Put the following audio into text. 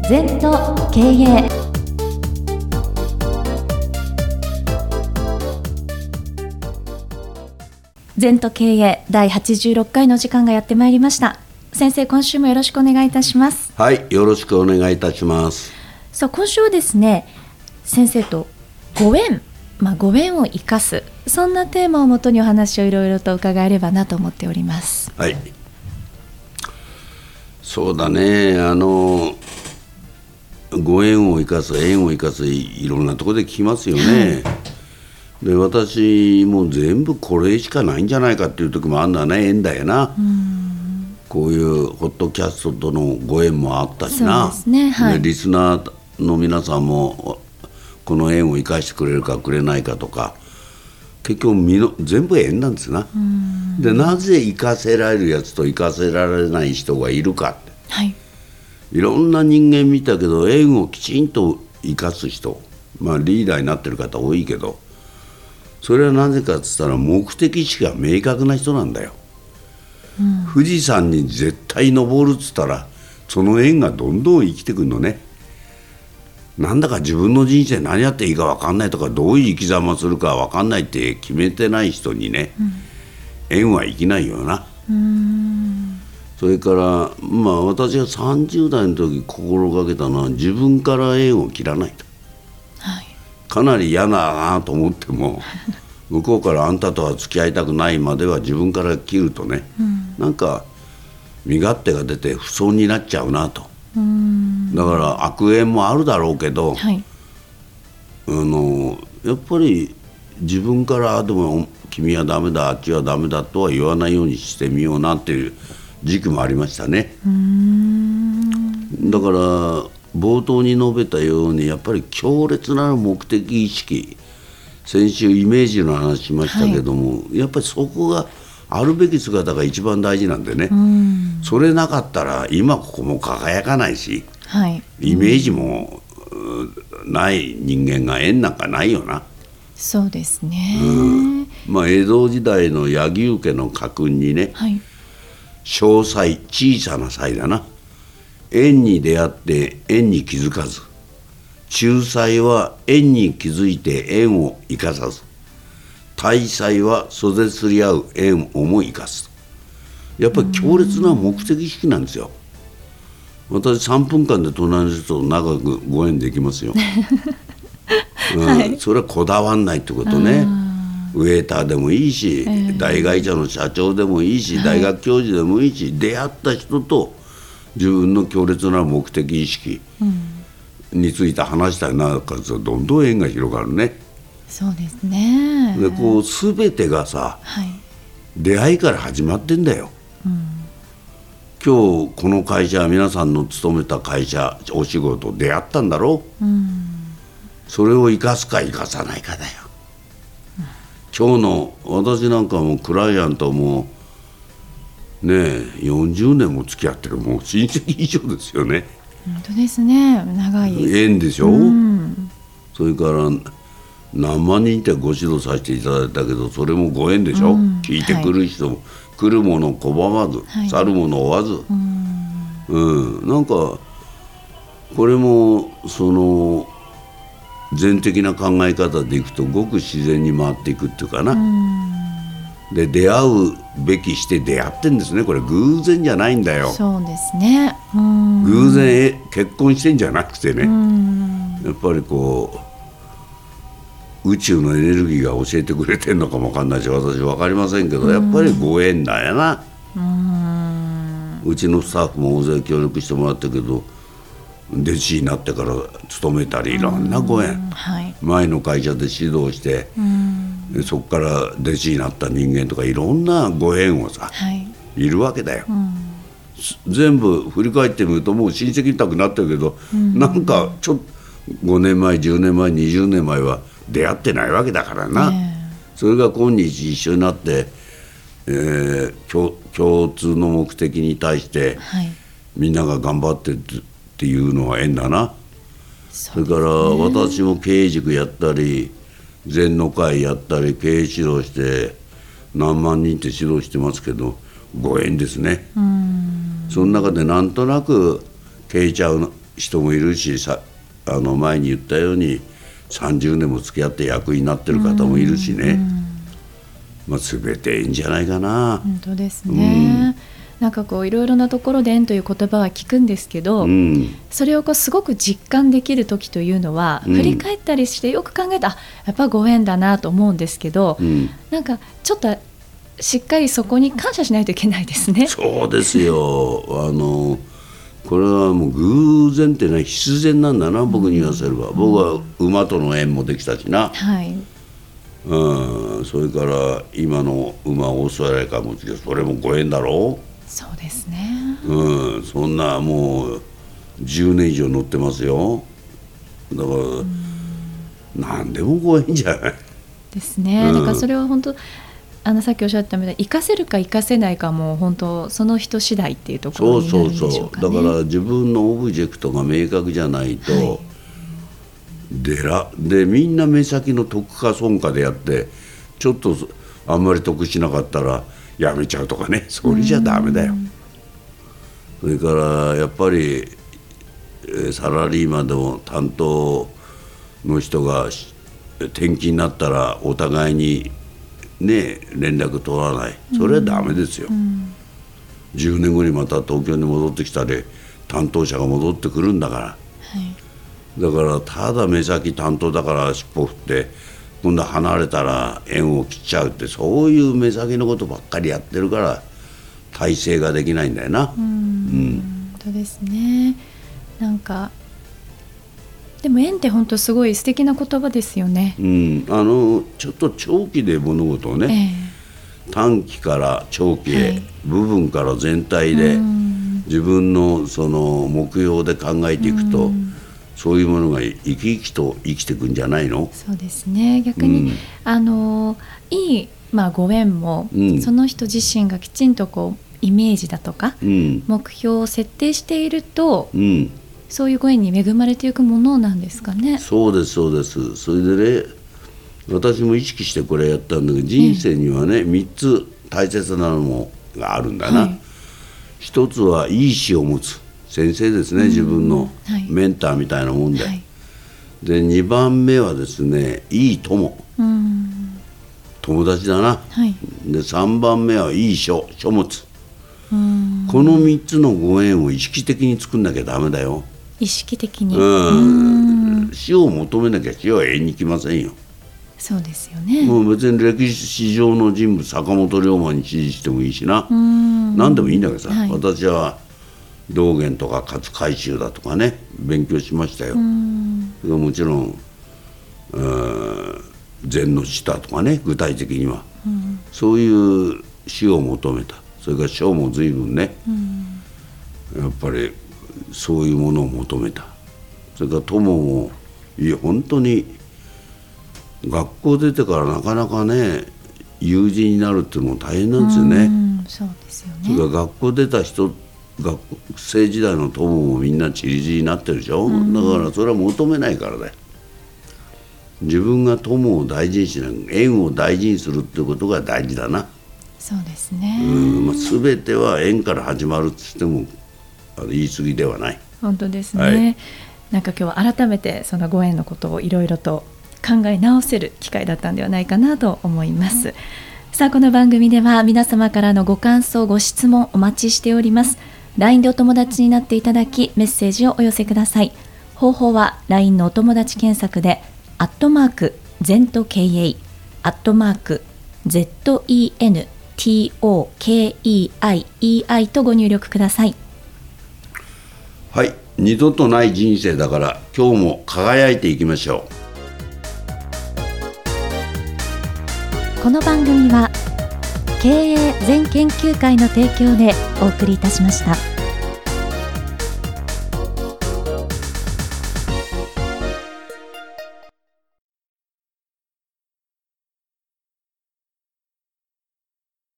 禅と経営。禅と経営第86回の時間がやってまいりました。先生、今週もよろしくお願いいたします。 はい、よろしくお願いいたします。 さあ、今週はですね、先生とご縁、ご縁を生かす、そんなテーマをもとにお話をいろいろと伺えればなと思っております。 はい、そうだね、ご縁を生かす、縁を生かす、いろんなところで聞きますよね、で、私も全部これしかないんじゃないかっていう時もあるんだね。縁だよな。こういうホットキャストとのご縁もあったしな。 そうですね、はい、 でリスナーの皆さんもこの縁を生かしてくれるかくれないかとか、結局全部縁なんですな。で、なぜ生かせられるやつと生かせられない人がいるかって、 はい、 いろんな人間見たけど、縁をきちんと生かす人、リーダーになってる方多いけど、それはなぜかって言ったら目的意識が明確な人なんだよ。富士山に絶対登るっつったら、その縁がどんどん生きてくるのね。なんだか自分の人生何やっていいか分かんないとか、どういう生き様するか分かんないって決めてない人にね、縁は生きないよな。それから私が30代の時心がけたのは、自分から縁を切らないと。かなり嫌だなと思っても向こうからあんたとは付き合いたくないまでは自分から切るとね、なんか身勝手が出て不損になっちゃうなと。だから悪縁もあるだろうけど、やっぱり自分からでも君はダメだ、あっちはダメだとは言わないようにしてみようなっていう時期もありましたね。だから冒頭に述べたように、やっぱり強烈な目的意識、先週イメージの話しましたけども、やっぱりそこがあるべき姿が一番大事なんでね、それなかったら今ここも輝かないし、イメージもない人間が縁なんかないよな。 そうですね、 江戸時代の柳生家の家訓にね、小才、小さな才だな。縁に出会って縁に気づかず、中才は縁に気づいて縁を生かさず、大才は袖すり合う縁をも生かす。やっぱり強烈な目的意識なんですよ。私3分間で隣の人と長くご縁できますよ、それはこだわんないってことね。ウェーターでもいいし、大会社の社長でもいいし、大学教授でもいいし、出会った人と自分の強烈な目的意識について話したいなから、どんどん縁が広がるね。 そうですね。 で、こう全てがさ、出会いから始まってんだよ。今日この会社、皆さんの勤めた会社、お仕事出会ったんだろう、それを生かすか生かさないかだよ。今日の私なんかもクライアントもね、40年も付き合ってる、もう親戚以上ですよね。 本当ですね、長い縁でしょ、それから何万人ってご指導させていただいたけど、それもご縁でしょ、聞いてくる人も、来るもの拒まず、去るもの追わず、なんかこれもその禅的な考え方でいくと、ごく自然に回っていくっていうかな。で、出会うべきして出会ってんですね。これ偶然じゃないんだよ。 そうですね。 偶然結婚してんじゃなくてね、やっぱりこう宇宙のエネルギーが教えてくれてんのかもわかんないし、私分かりませんけど、やっぱりご縁だよな。うちのスタッフも大勢協力してもらったけど、弟子になってから勤めたり、いろんなご縁、前の会社で指導して、そこから弟子になった人間とか、いろんなご縁をさ、いるわけだよ。全部振り返ってみると、もう親戚みたくなってるけど、なんかちょっと5年前10年前20年前は出会ってないわけだからな、それが今日一緒になって、共通の目的に対して、みんなが頑張ってっていうのは縁だな。それから私も経営塾やったり、禅の会やったり、経営指導して何万人って指導してますけど、ご縁ですね。その中でなんとなく消えちゃう人もいるしさ、前に言ったように30年も付き合って役になってる方もいるしね、全ていいんじゃないかな。 本当ですね、なんかこういろいろなところで縁という言葉は聞くんですけど、それをこうすごく実感できる時というのは、振り返ったりしてよく考えたやっぱご縁だなと思うんですけど、なんかちょっとしっかりそこに感謝しないといけないですね。 そうですよ。これはもう偶然ってね、必然なんだな、僕に言わせれば。僕は馬との縁もできたしな、それから今の馬オーストラリアからも来て、それもご縁だろう。 そうですね、 そんなもう10年以上乗ってますよ。だから、何でもご縁じゃないですね。だからそれは本当さっきおっしゃったように活かせるか活かせないかも本当その人次第っていうところになるんでしょうかね。 だから自分のオブジェクトが明確じゃないと、でみんな目先の得か損かでやって、ちょっとあんまり得しなかったらやめちゃうとかね、それじゃダメだよ。それからやっぱりサラリーマンでも担当の人が転勤になったらお互いにね連絡取らない、それはダメですよ。10年後にまた東京に戻ってきたり担当者が戻ってくるんだから、だからただ目先担当だから尻尾振って今度離れたら縁を切っちゃうって、そういう目先のことばっかりやってるから体制ができないんだよな。 本当ですね。なんかでも縁って本当すごい素敵な言葉ですよね。 ちょっと長期で物事をね、短期から長期へ、部分から全体で自分のその目標で考えていくと、そういうものが生き生きと生きていくんじゃないの。 そうですね。逆に、いい、ご縁も、その人自身がきちんとこうイメージだとか、目標を設定していると、そういうご縁に恵まれていくものなんですかね。 そうですそうです。それでね、私も意識してこれやったんだけど、人生にはね、3つ大切なのがあるんだな。一つはいい師を持つ先生ですね、自分のメンターみたいなもんで、で2番目はですね、いい友、友達だな、で3番目はいい書物、この3つのご縁を意識的に作んなきゃダメだよ。 意識的に、 死を求めなきゃ死は永遠に来ませんよ。 そうですよね。 もう別に歴史上の人物坂本龍馬に支持してもいいしな、何でもいいんだけどさ、私は道元とか勝海舟だとかね勉強しましたよ。もちろん禅の師だとかね、具体的には、そういう死を求めた。それから書も随分ね、やっぱりそういうものを求めた。それから友も本当に学校出てからなかなかね友人になるっていうのも大変なんですよね。 そうですよね。 それから学校出た人、学生時代の友もみんな散り散りになってるでしょ、だからそれは求めないからだよ。自分が友を大事にしない、縁を大事にするっていうことが大事だな。 そうですね。 全ては縁から始まるって言っても言い過ぎではない。 本当ですね、なんか今日は改めてそのご縁のことをいろいろと考え直せる機会だったんではないかなと思います。さあ、この番組では皆様からのご感想ご質問お待ちしております。 LINE でお友達になっていただきメッセージをお寄せください。方法は LINE のお友達検索で@ZENTOKEI@ZENTOKEIEI とご入力ください。 はい、二度とない人生だから今日も輝いていきましょう。この番組は経営全研究会の提供でお送りいたしました。